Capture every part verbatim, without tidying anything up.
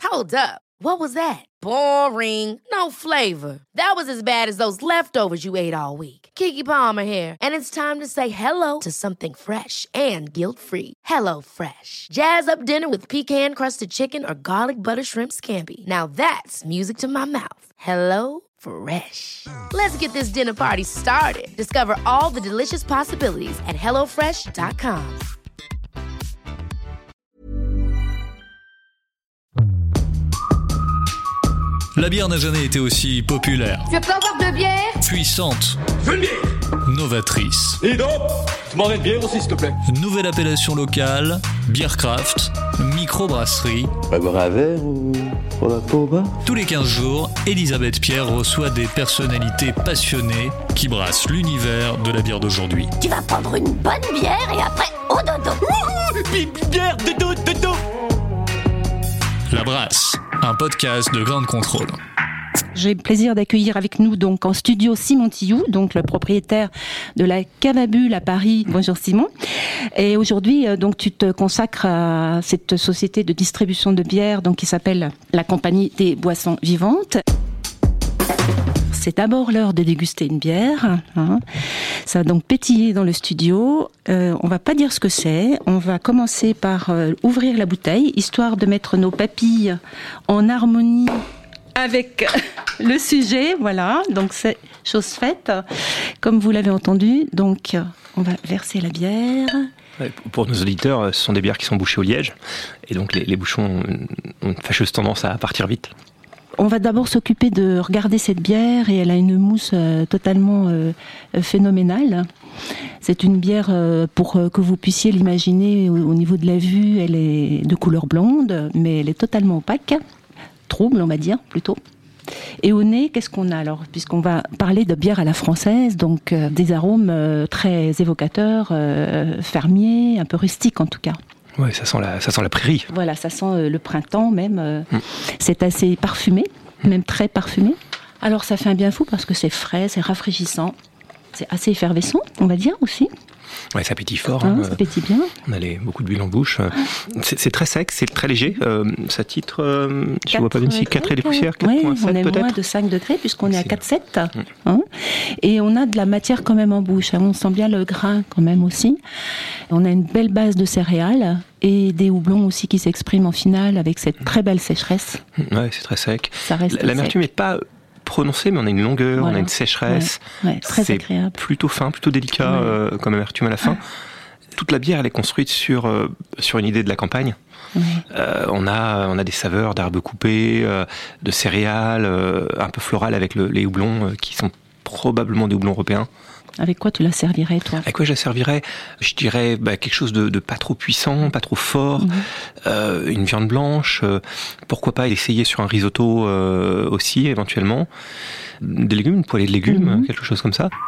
Hold up. What was that? Boring. No flavor. That was as bad as those leftovers you ate all week. Keke Palmer here, and it's time to say hello to something fresh and guilt-free. Hello Fresh. Jazz up dinner with pecan-crusted chicken or garlic butter shrimp scampi. Now that's music to my mouth. Hello Fresh. Let's get this dinner party started. Discover all the delicious possibilities at hello fresh dot com. La bière n'a jamais été aussi populaire. Tu veux pas boire de bière ? Puissante. Je veux une bière. Novatrice. Et donc, tu m'en une bière aussi, s'il te plaît. Nouvelle appellation locale, bière craft, microbrasserie. Pas boire un verre ou pour la peau bas ? Tous les quinze jours, Elisabeth Pierre reçoit des personnalités passionnées qui brassent l'univers de la bière d'aujourd'hui. Tu vas prendre une bonne bière et après au dodo. Wouhou ! Bière, dodo, dodo. La Brasse, un podcast de Grande Contrôle. J'ai le plaisir d'accueillir avec nous donc en studio Simon Tillou, donc le propriétaire de la Cave à Bulles à Paris. Bonjour Simon. Et aujourd'hui, donc tu te consacres à cette société de distribution de bière, donc qui s'appelle la Compagnie des Boissons Vivantes. C'est d'abord l'heure de déguster une bière. Hein. Ça va donc pétiller dans le studio. Euh, on va pas dire ce que c'est. On va commencer par euh, ouvrir la bouteille, histoire de mettre nos papilles en harmonie avec le sujet. Voilà, donc c'est chose faite. Comme vous l'avez entendu, donc on va verser la bière. Pour nos auditeurs, ce sont des bières qui sont bouchées au liège. Et donc les, les bouchons ont une fâcheuse tendance à partir vite. On va d'abord s'occuper de regarder cette bière et elle a une mousse euh, totalement euh, phénoménale. C'est une bière, euh, pour euh, que vous puissiez l'imaginer au, au niveau de la vue, elle est de couleur blonde, mais elle est totalement opaque, trouble on va dire plutôt. Et au nez, qu'est-ce qu'on a alors ? Puisqu'on va parler de bière à la française, donc euh, des arômes euh, très évocateurs, euh, fermiers, un peu rustiques en tout cas. Ouais, ça sent la, ça sent la prairie. Voilà, ça sent euh, le printemps même. Euh, mm. C'est assez parfumé, mm. même très parfumé. Alors ça fait un bien fou parce que c'est frais, c'est rafraîchissant, c'est assez effervescent, on va dire aussi. Ouais, ça pétille fort. Hein, hein. Ça pétille bien. On a les, beaucoup d'huile en bouche. C'est, c'est très sec, c'est très léger. Euh, ça titre, euh, je ne vois pas bien ici, quatre et des poussières, quatre virgule sept oui, on est peut-être. moins de cinq degrés puisqu'on est, est à quatre virgule sept. Mmh. Hein, et on a de la matière quand même en bouche. On sent bien le grain quand même aussi. On a une belle base de céréales et des houblons aussi qui s'expriment en finale avec cette très belle sécheresse. Ouais, c'est très sec. Ça reste L'amertume n'est pas prononcé, mais on a une longueur, voilà. on a une sécheresse. Ouais, ouais, très c'est agréable. Plutôt fin, plutôt délicat ouais. euh, comme amertume à la fin. Ouais. Toute la bière, elle est construite sur euh, sur une idée de la campagne. Ouais. Euh, on a on a des saveurs d'herbes coupées, euh, de céréales, euh, un peu florales avec le, les houblons euh, qui sont probablement des houblons européens. Avec quoi tu la servirais, toi ? Avec quoi je la servirais ? Je dirais bah, quelque chose de, de pas trop puissant, pas trop fort, mmh. euh, une viande blanche, euh, pourquoi pas essayer sur un risotto euh, aussi, éventuellement. Des légumes, une poêlée de légumes, mmh. quelque chose comme ça.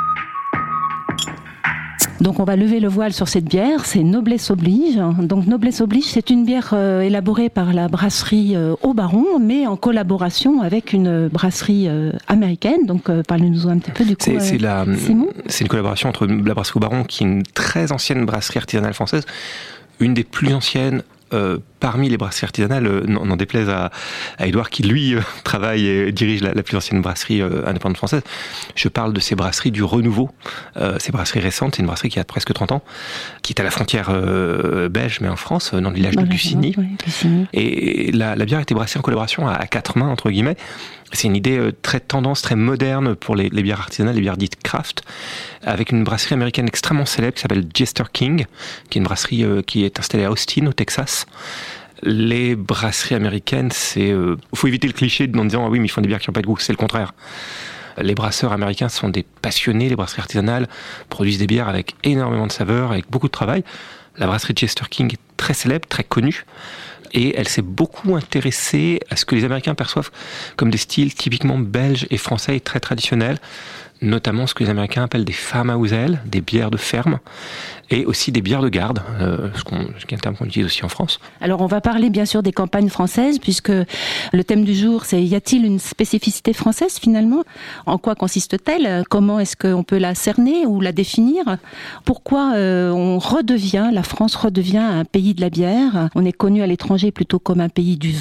Donc on va lever le voile sur cette bière, c'est Noblesse Oblige. Donc Noblesse Oblige, c'est une bière euh, élaborée par la brasserie euh, Au Baron, mais en collaboration avec une brasserie euh, américaine. Donc euh, parlez-nous un petit peu du coup, c'est, euh, c'est, la, Simon. C'est une collaboration entre la brasserie Au Baron, qui est une très ancienne brasserie artisanale française, une des plus anciennes Euh, parmi les brasseries artisanales, euh, n'en déplaise à, à Édouard qui lui euh, travaille et dirige la, la plus ancienne brasserie euh, indépendante française. Je parle de ces brasseries du renouveau, euh, ces brasseries récentes. C'est une brasserie qui a presque trente ans, qui est à la frontière euh, belge mais en France, dans le village dans de Lusigny. Oui, Lusigny. Et la, la bière a été brassée en collaboration à, à quatre mains entre guillemets. C'est une idée euh, très tendance, très moderne pour les, les bières artisanales, les bières dites craft, avec une brasserie américaine extrêmement célèbre qui s'appelle Jester King, qui est une brasserie euh, qui est installée à Austin, au Texas. Les brasseries américaines, c'est, euh, faut éviter le cliché en disant ah oui mais ils font des bières qui n'ont pas de goût. C'est le contraire. Les brasseurs américains sont des passionnés. Les brasseries artisanales produisent des bières avec énormément de saveurs, avec beaucoup de travail. La brasserie Jester King est très célèbre, très connue. Et elle s'est beaucoup intéressée à ce que les Américains perçoivent comme des styles typiquement belges et français et très traditionnels, notamment ce que les Américains appellent des farmhouse ale, des bières de ferme, et aussi des bières de garde, euh, ce, qu'on, ce qui est un terme qu'on utilise aussi en France. Alors on va parler bien sûr des campagnes françaises, puisque le thème du jour c'est y a-t-il une spécificité française finalement ? En quoi consiste-t-elle ? Comment est-ce qu'on peut la cerner ou la définir ? Pourquoi euh, on redevient, la France redevient un pays de la bière ? On est connu à l'étranger plutôt comme un pays du vin.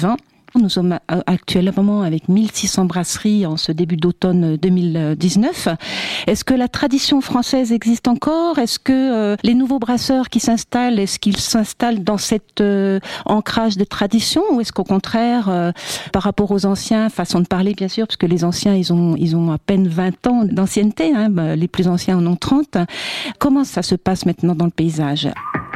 Nous sommes actuellement avec mille six cents brasseries en ce début d'automne deux mille dix-neuf. Est-ce que la tradition française existe encore ? Est-ce que euh, les nouveaux brasseurs qui s'installent, est-ce qu'ils s'installent dans cet euh, ancrage de tradition, ou est-ce qu'au contraire, euh, par rapport aux anciens, façon de parler bien sûr, parce que les anciens ils ont ils ont à peine vingt ans d'ancienneté, hein, bah, les plus anciens en ont trente. Comment ça se passe maintenant dans le paysage ?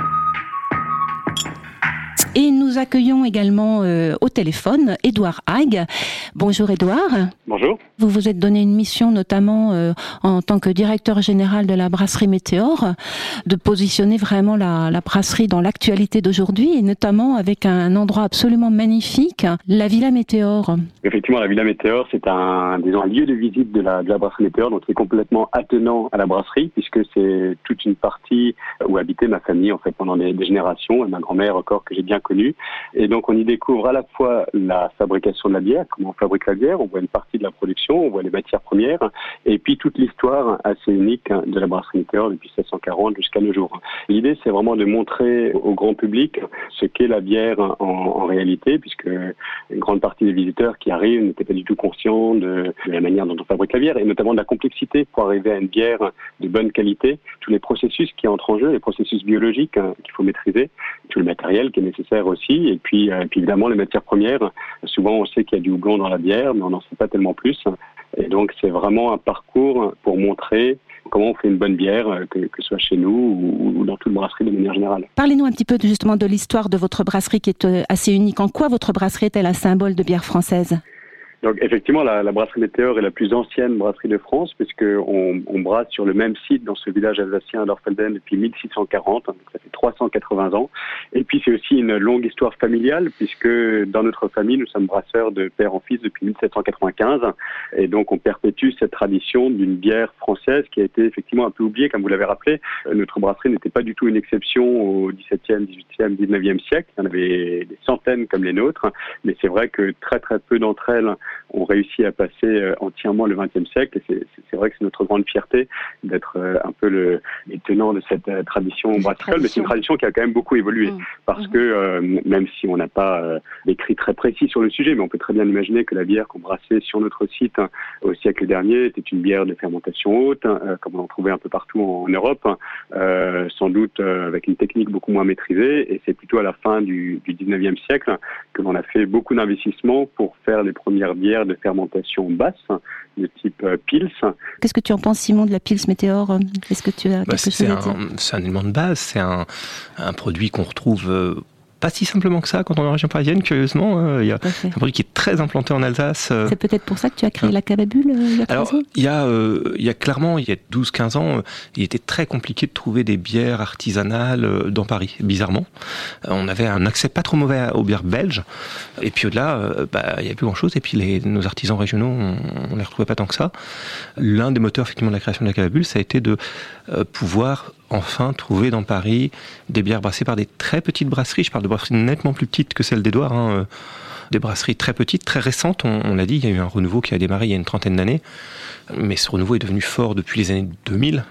Et nous accueillons également euh, au téléphone Édouard Haig. Bonjour Édouard. Bonjour. Vous vous êtes donné une mission notamment euh, en tant que directeur général de la brasserie Météor, de positionner vraiment la, la brasserie dans l'actualité d'aujourd'hui, et notamment avec un endroit absolument magnifique, la Villa Météor. Effectivement, la Villa Météor, c'est un, disons, un lieu de visite de la, de la brasserie Météor, donc qui est complètement attenant à la brasserie, puisque c'est toute une partie où habitait ma famille en fait pendant des, des générations, et ma grand-mère encore que j'ai bien connue. Et donc on y découvre à la fois la fabrication de la bière, comment on fabrique la bière, on voit une partie de la production, on voit les matières premières, et puis toute l'histoire assez unique de la brasserie Météor depuis sept cent quarante jusqu'à nos jours. L'idée, c'est vraiment de montrer au grand public ce qu'est la bière en, en réalité, puisque une grande partie des visiteurs qui arrivent n'étaient pas du tout conscients de, de la manière dont on fabrique la bière, et notamment de la complexité pour arriver à une bière de bonne qualité, tous les processus qui entrent en jeu, les processus biologiques hein, qu'il faut maîtriser, tout le matériel qui est nécessaire aussi, et puis, euh, puis évidemment les matières premières. Souvent on sait qu'il y a du houblon dans la bière, mais on n'en sait pas tellement plus. Et donc c'est vraiment un parcours pour montrer comment on fait une bonne bière, que, que ce soit chez nous ou, ou dans toute brasserie de manière générale. Parlez-nous un petit peu justement de l'histoire de votre brasserie qui est assez unique. En quoi votre brasserie est-elle un symbole de bière française ? Donc effectivement, la, la brasserie Météor est la plus ancienne brasserie de France, puisqu'on on brasse sur le même site dans ce village alsacien d'Orfelden depuis mille six cent quarante, donc ça fait trois cent quatre-vingts ans. Et puis c'est aussi une longue histoire familiale, puisque dans notre famille, nous sommes brasseurs de père en fils depuis mille sept cent quatre-vingt-quinze. Et donc on perpétue cette tradition d'une bière française qui a été effectivement un peu oubliée, comme vous l'avez rappelé. Notre brasserie n'était pas du tout une exception au dix-septième, dix-huitième, dix-neuvième siècle. Il y en avait des centaines comme les nôtres, mais c'est vrai que très très peu d'entre elles ont réussi à passer euh, entièrement le vingtième siècle, et c'est, c'est vrai que c'est notre grande fierté d'être euh, un peu le, les tenants de cette euh, tradition brassicole, mais c'est une tradition qui a quand même beaucoup évolué, mmh. parce mmh. que euh, même si on n'a pas euh, d'écrit très précis sur le sujet, mais on peut très bien imaginer que la bière qu'on brassait sur notre site hein, au siècle dernier était une bière de fermentation haute, hein, comme on en trouvait un peu partout en, en Europe, hein, euh, sans doute euh, avec une technique beaucoup moins maîtrisée, et c'est plutôt à la fin du, du dix-neuvième siècle que l'on a fait beaucoup d'investissements pour faire les premières bières de fermentation basse, de type euh, Pils. Qu'est-ce que tu en penses, Simon, de la Pils Météor ? Est-ce que tu as bah, quelque chose un, à dire ? C'est un élément de base, c'est un, un produit qu'on retrouve euh, pas si simplement que ça quand on est en région parisienne, curieusement. Euh, il y a un produit qui est très implanté en Alsace. Euh, c'est peut-être pour ça que tu as créé euh, la Cavabule euh, il y a Alors, il y a, euh, il y a clairement, il y a douze quinze ans, euh, il était très compliqué de trouver des bières artisanales euh, dans Paris, bizarrement. Euh, on avait un accès pas trop mauvais aux bières belges, et puis au-delà, euh, bah, il n'y avait plus grand-chose, et puis les, nos artisans régionaux, on, on les retrouvait pas tant que ça. L'un des moteurs, effectivement, de la création de la Cavabule, ça a été de euh, pouvoir enfin trouver dans Paris des bières brassées par des très petites brasseries. Je parle de brasseries nettement plus petites que celles d'Édouard, hein. Des brasseries très petites, très récentes. On, on l'a dit, il y a eu un renouveau qui a démarré il y a une trentaine d'années, mais ce renouveau est devenu fort depuis les années deux mille.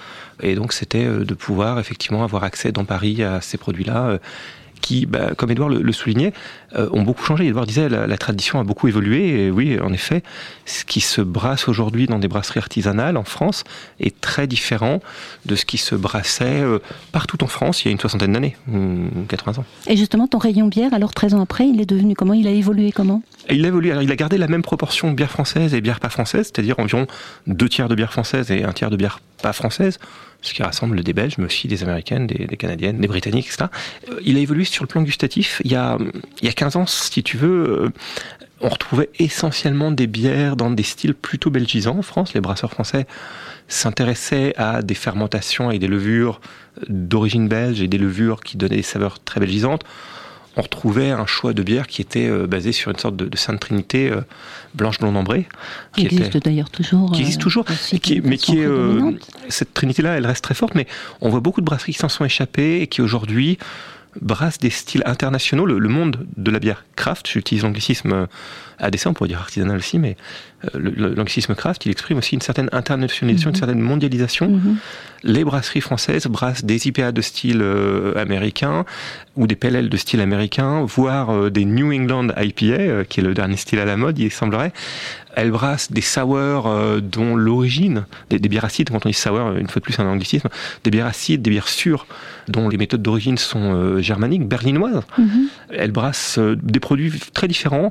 Et donc c'était de pouvoir effectivement avoir accès dans Paris à ces produits-là, qui, bah, comme Édouard le, le soulignait, euh, ont beaucoup changé. Édouard disait la, la tradition a beaucoup évolué, et oui, en effet, ce qui se brasse aujourd'hui dans des brasseries artisanales en France est très différent de ce qui se brassait euh, partout en France il y a une soixantaine d'années, ou quatre-vingts ans. Et justement, ton rayon bière, alors treize ans après, il est devenu comment ? Il a évolué comment ? Il a évolué, alors il a gardé la même proportion de bière française et bière pas française, c'est-à-dire environ deux tiers de bière française et un tiers de bière pas française, ce qui rassemble des Belges, mais aussi des Américaines, des, des Canadiennes, des Britanniques, et cetera. Il a évolué sur le plan gustatif. Il y a, il y a quinze ans, si tu veux, on retrouvait essentiellement des bières dans des styles plutôt belgisants en France. Les brasseurs français s'intéressaient à des fermentations avec des levures d'origine belge et des levures qui donnaient des saveurs très belgisantes. On retrouvait un choix de bière qui était euh, basé sur une sorte de, de Sainte Trinité euh, blanche blonde ambrée. Qui, qui existe était, d'ailleurs toujours. Qui existe toujours, euh, qui, mais qui est euh, cette Trinité-là, elle reste très forte. Mais on voit beaucoup de brasseries qui s'en sont échappées et qui aujourd'hui brasse des styles internationaux. Le, le monde de la bière craft, j'utilise l'anglicisme à dessein, on pourrait dire artisanal aussi, mais le, le, l'anglicisme craft, il exprime aussi une certaine internationalisation, mmh. une certaine mondialisation. Mmh. Les brasseries françaises brassent des I P A de style euh, américain ou des P L L de style américain, voire euh, des New England I P A, euh, qui est le dernier style à la mode, il semblerait. Elles brassent des sours euh, dont l'origine, des, des bières acides, quand on dit sour, une fois de plus un anglicisme, des bières acides, des bières sûres, dont les méthodes d'origine sont euh, germaniques, berlinoises. Mmh. Elles brassent euh, des produits très différents,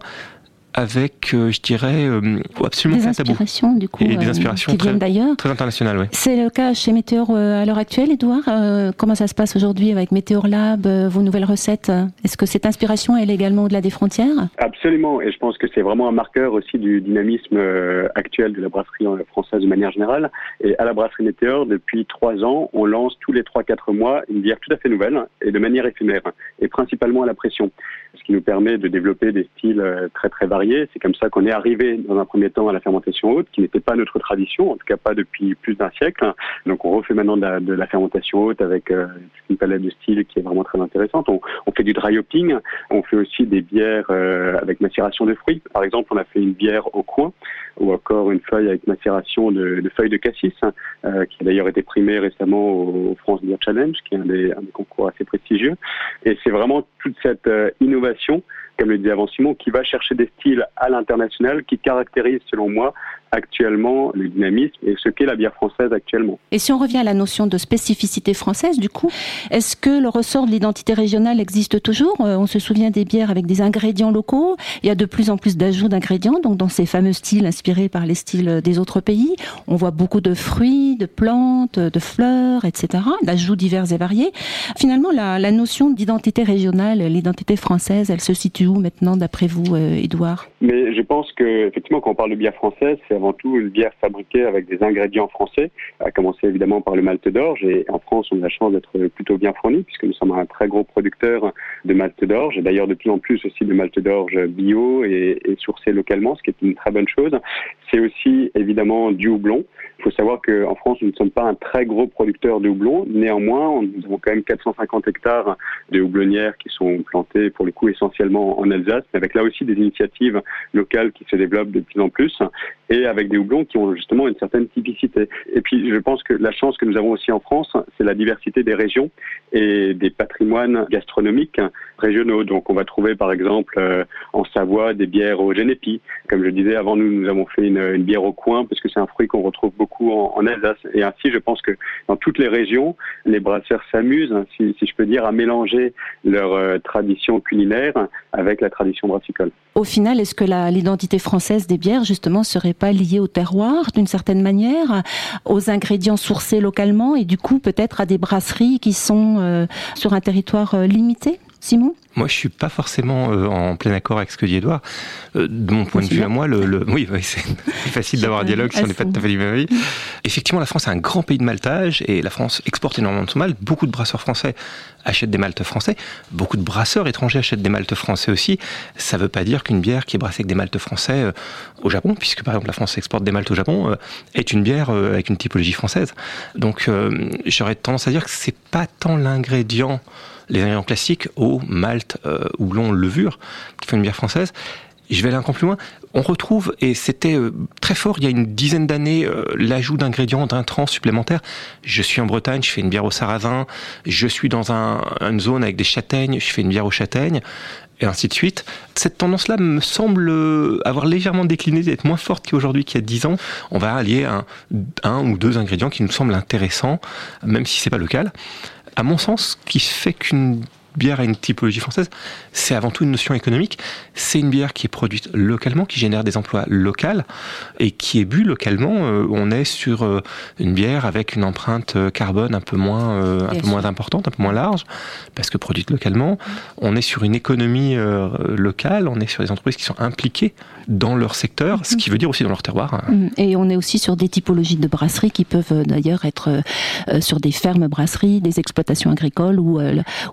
avec, euh, je dirais, euh, absolument des pas tabou. Inspirations, du coup, et des inspirations euh, qui viennent très, d'ailleurs. Très internationales, oui. C'est le cas chez Météor euh, à l'heure actuelle, Édouard. Euh, comment ça se passe aujourd'hui avec Météor Lab, euh, vos nouvelles recettes? Est-ce que cette inspiration, elle est également au-delà des frontières? Absolument, et je pense que c'est vraiment un marqueur aussi du dynamisme euh, actuel de la brasserie française de manière générale. Et à la brasserie Météor, depuis trois ans, on lance tous les trois quatre mois une bière tout à fait nouvelle et de manière éphémère, et principalement à la pression. Ce qui nous permet de développer des styles très très variés. C'est comme ça qu'on est arrivé dans un premier temps à la fermentation haute, qui n'était pas notre tradition, en tout cas pas depuis plus d'un siècle. Donc on refait maintenant de la, de la fermentation haute avec euh, une palette de styles qui est vraiment très intéressante. On, on fait du dry hopping, on fait aussi des bières euh, avec macération de fruits. Par exemple, on a fait une bière au coin, ou encore une feuille avec macération de, de feuilles de cassis, euh, qui a d'ailleurs été primée récemment au, au France Beer Challenge, qui est un des, un des concours assez prestigieux. Et c'est vraiment toute cette euh, innovation, comme le disait avant Simon, qui va chercher des styles à l'international, qui caractérisent, selon moi, actuellement le dynamisme et ce qu'est la bière française actuellement. Et si on revient à la notion de spécificité française, du coup, est-ce que le ressort de l'identité régionale existe toujours? On se souvient des bières avec des ingrédients locaux. Il y a de plus en plus d'ajouts d'ingrédients, donc dans ces fameux styles inspirés par les styles des autres pays. On voit beaucoup de fruits, de plantes, de fleurs, et cetera, d'ajouts divers et variés. Finalement, la, la notion d'identité régionale, l'identité française, elle se situe où maintenant, d'après vous, euh, Édouard? Mais je pense que, effectivement, quand on parle de bière française, c'est avant tout une bière fabriquée avec des ingrédients français, à commencer évidemment par le malt d'orge. Et en France, on a la chance d'être plutôt bien fournis, puisque nous sommes un très gros producteur de malt d'orge, et d'ailleurs de plus en plus aussi de malt d'orge bio et, et sourcé localement, ce qui est une très bonne chose. C'est aussi évidemment du houblon. Il faut savoir qu'en France, nous ne sommes pas un très gros producteur de houblon. Néanmoins, nous avons quand même quatre cent cinquante hectares de houblonnières qui sont plantées, pour le coup, essentiellement en Alsace, mais avec là aussi des initiatives locales qui se développent de plus en plus, et avec des houblons qui ont justement une certaine typicité. Et puis, je pense que la chance que nous avons aussi en France, c'est la diversité des régions et des patrimoines gastronomiques régionaux. Donc, on va trouver, par exemple, euh, en Savoie, des bières au génépi. Comme je disais, avant nous, nous avons fait une, une bière au coin, parce que c'est un fruit qu'on retrouve beaucoup en, en Alsace. Et ainsi, je pense que dans toutes les régions, les brasseurs s'amusent, si, si je peux dire, à mélanger leur euh, tradition culinaire avec la tradition brassicole. Au final, est-ce que la, l'identité française des bières, justement, serait pas liée au terroir, d'une certaine manière, aux ingrédients sourcés localement, et du coup, peut-être à des brasseries qui sont euh, sur un territoire euh, limité? Simon? Moi, je suis pas forcément euh, en plein accord avec ce que dit Édouard. Euh, de mon point de vue à moi, le, le... oui, oui, c'est facile d'avoir un dialogue si on n'est pas tout à fait du même avis. Effectivement, la France est un grand pays de maltage et la France exporte énormément de son malt. Beaucoup de brasseurs français achètent des maltes français. Beaucoup de brasseurs étrangers achètent des maltes français aussi. Ça veut pas dire qu'une bière qui est brassée avec des maltes français euh, au Japon, puisque par exemple la France exporte des maltes au Japon, euh, est une bière euh, avec une typologie française. Donc, euh, j'aurais tendance à dire que c'est pas tant l'ingrédient, les ingrédients classiques, eau, malt, euh, houblon, levure, qui font une bière française. Je vais aller encore plus loin. On retrouve, et c'était euh, très fort il y a une dizaine d'années, euh, l'ajout d'ingrédients, d'intrants supplémentaires. Je suis en Bretagne, je fais une bière au sarrasin. Je suis dans un, une zone avec des châtaignes, je fais une bière aux châtaignes, et ainsi de suite. Cette tendance-là me semble avoir légèrement décliné, d'être moins forte qu'aujourd'hui, qu'il y a dix ans. On va allier un, un ou deux ingrédients qui nous semblent intéressants, même si c'est pas local. À mon sens, ce qui fait qu'une bière a une typologie française, c'est avant tout une notion économique. C'est une bière qui est produite localement, qui génère des emplois locaux et qui est bu localement. Euh, on est sur euh, une bière avec une empreinte carbone un peu moins, euh, un peu moins importante, un peu moins large, parce que produite localement. On est sur une économie euh, locale, on est sur des entreprises qui sont impliquées dans leur secteur, mmh. ce qui veut dire aussi dans leur terroir. Et on est aussi sur des typologies de brasseries qui peuvent d'ailleurs être euh, sur des fermes brasseries, des exploitations agricoles où, euh, où le brasseur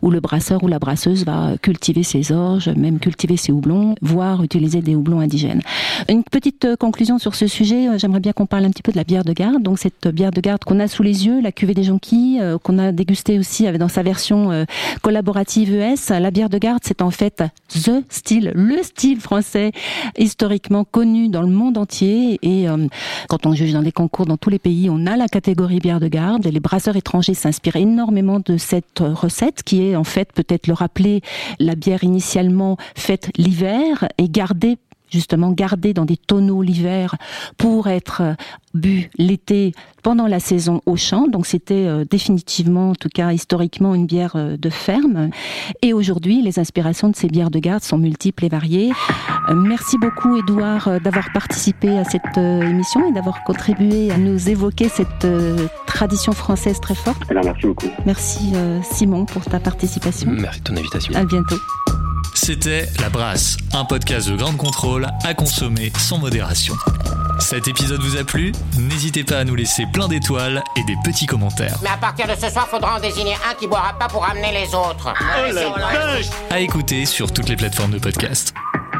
brasseur ou la brasseuse va cultiver ses orges, même cultiver ses houblons, voire utiliser des houblons indigènes. Une petite conclusion sur ce sujet, j'aimerais bien qu'on parle un petit peu de la bière de garde. Donc cette bière de garde qu'on a sous les yeux, la cuvée des jonquilles, euh, qu'on a dégustée aussi dans sa version euh, collaborative E S. La bière de garde, c'est en fait the style, le style français historiquement connu dans le monde entier. Et euh, quand on juge dans des concours dans tous les pays, on a la catégorie bière de garde. Et les brasseurs étrangers s'inspirent énormément de cette recette qui est en fait peut-être le rappeler la bière initialement faite l'hiver et gardée justement gardée dans des tonneaux l'hiver pour être bu l'été pendant la saison au champ. Donc c'était euh, définitivement, en tout cas historiquement, une bière euh, de ferme. Et aujourd'hui, les inspirations de ces bières de garde sont multiples et variées. Euh, merci beaucoup, Édouard, euh, d'avoir participé à cette euh, émission et d'avoir contribué à nous évoquer cette euh, tradition française très forte. Alors, merci beaucoup. Merci euh, Simon pour ta participation. Merci de ton invitation. À bientôt. C'était La Brasse, un podcast de Grande Contrôle à consommer sans modération. Cet épisode vous a plu ? N'hésitez pas à nous laisser plein d'étoiles et des petits commentaires. Mais à partir de ce soir, faudra en désigner un qui boira pas pour amener les autres. Oh la vache! À écouter sur toutes les plateformes de podcast.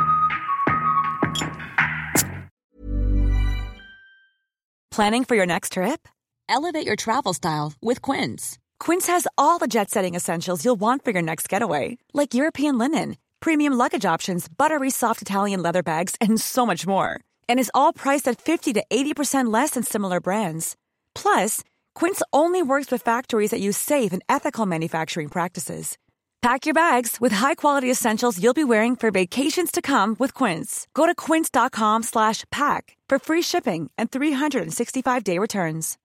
Planning for your next trip? Elevate your travel style with Quince. Quince has all the jet-setting essentials you'll want for your next getaway, like European linen, premium luggage options, buttery soft Italian leather bags, and so much more. And is all priced at fifty to eighty percent less than similar brands. Plus, Quince only works with factories that use safe and ethical manufacturing practices. Pack your bags with high-quality essentials you'll be wearing for vacations to come with Quince. Go to quince.com slash pack for free shipping and three sixty-five day returns.